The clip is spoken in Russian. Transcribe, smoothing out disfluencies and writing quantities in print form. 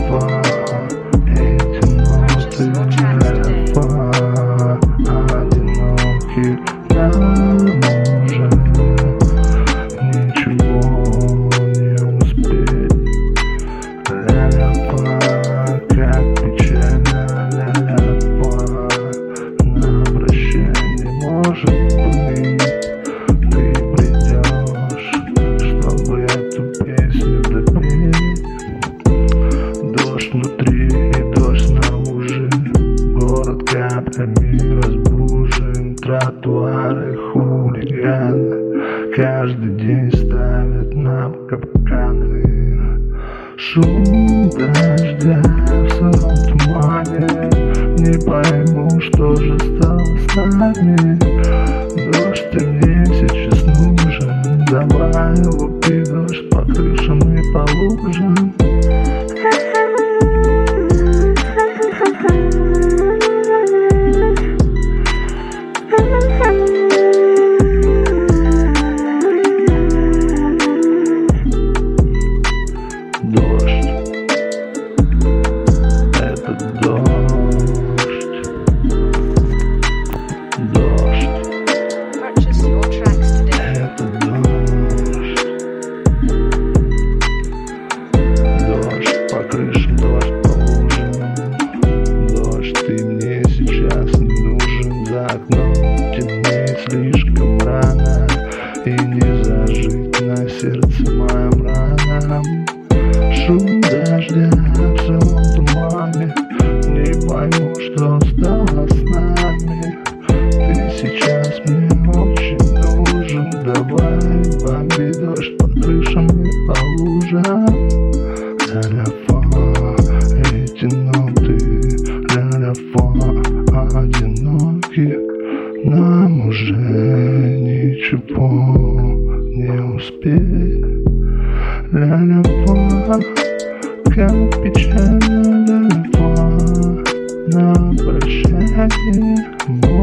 эти ноты ля-ля-фа, одинокий нам уже ничего не успеть. Ля-ля-фа, как печально, ля-ля-фа, на прощание, может быть, ты придешь, чтобы эту песню допеть. Дождь внутри и дождь снаружи, город каплями разбужен, тротуары хулиганы каждый день ставят нам капканы. Шум дождя в сыром тумане, не пойму, что же стало с нами. Дождь, ты мне сейчас нужен, давай лупи дождь по крышам и по лужам. Дождь, это дождь, дождь, это дождь, дождь по крышам, дождь по лужам, дождь, ты мне сейчас не нужен, за окном темнеет слишком рано, и не зажить на сердце моем ранам. Шум дождя в сыром тумане, не пойму, что стало с нами. Ты сейчас мне очень нужен, давай бомби дождь по крышам и по лужам. Ля-ля-фа, эти ноты, ля-ля-фа, одинокие, нам уже ничего не успеть. Ля-ля-фа, как печально, ля-ля-фа, на прощание.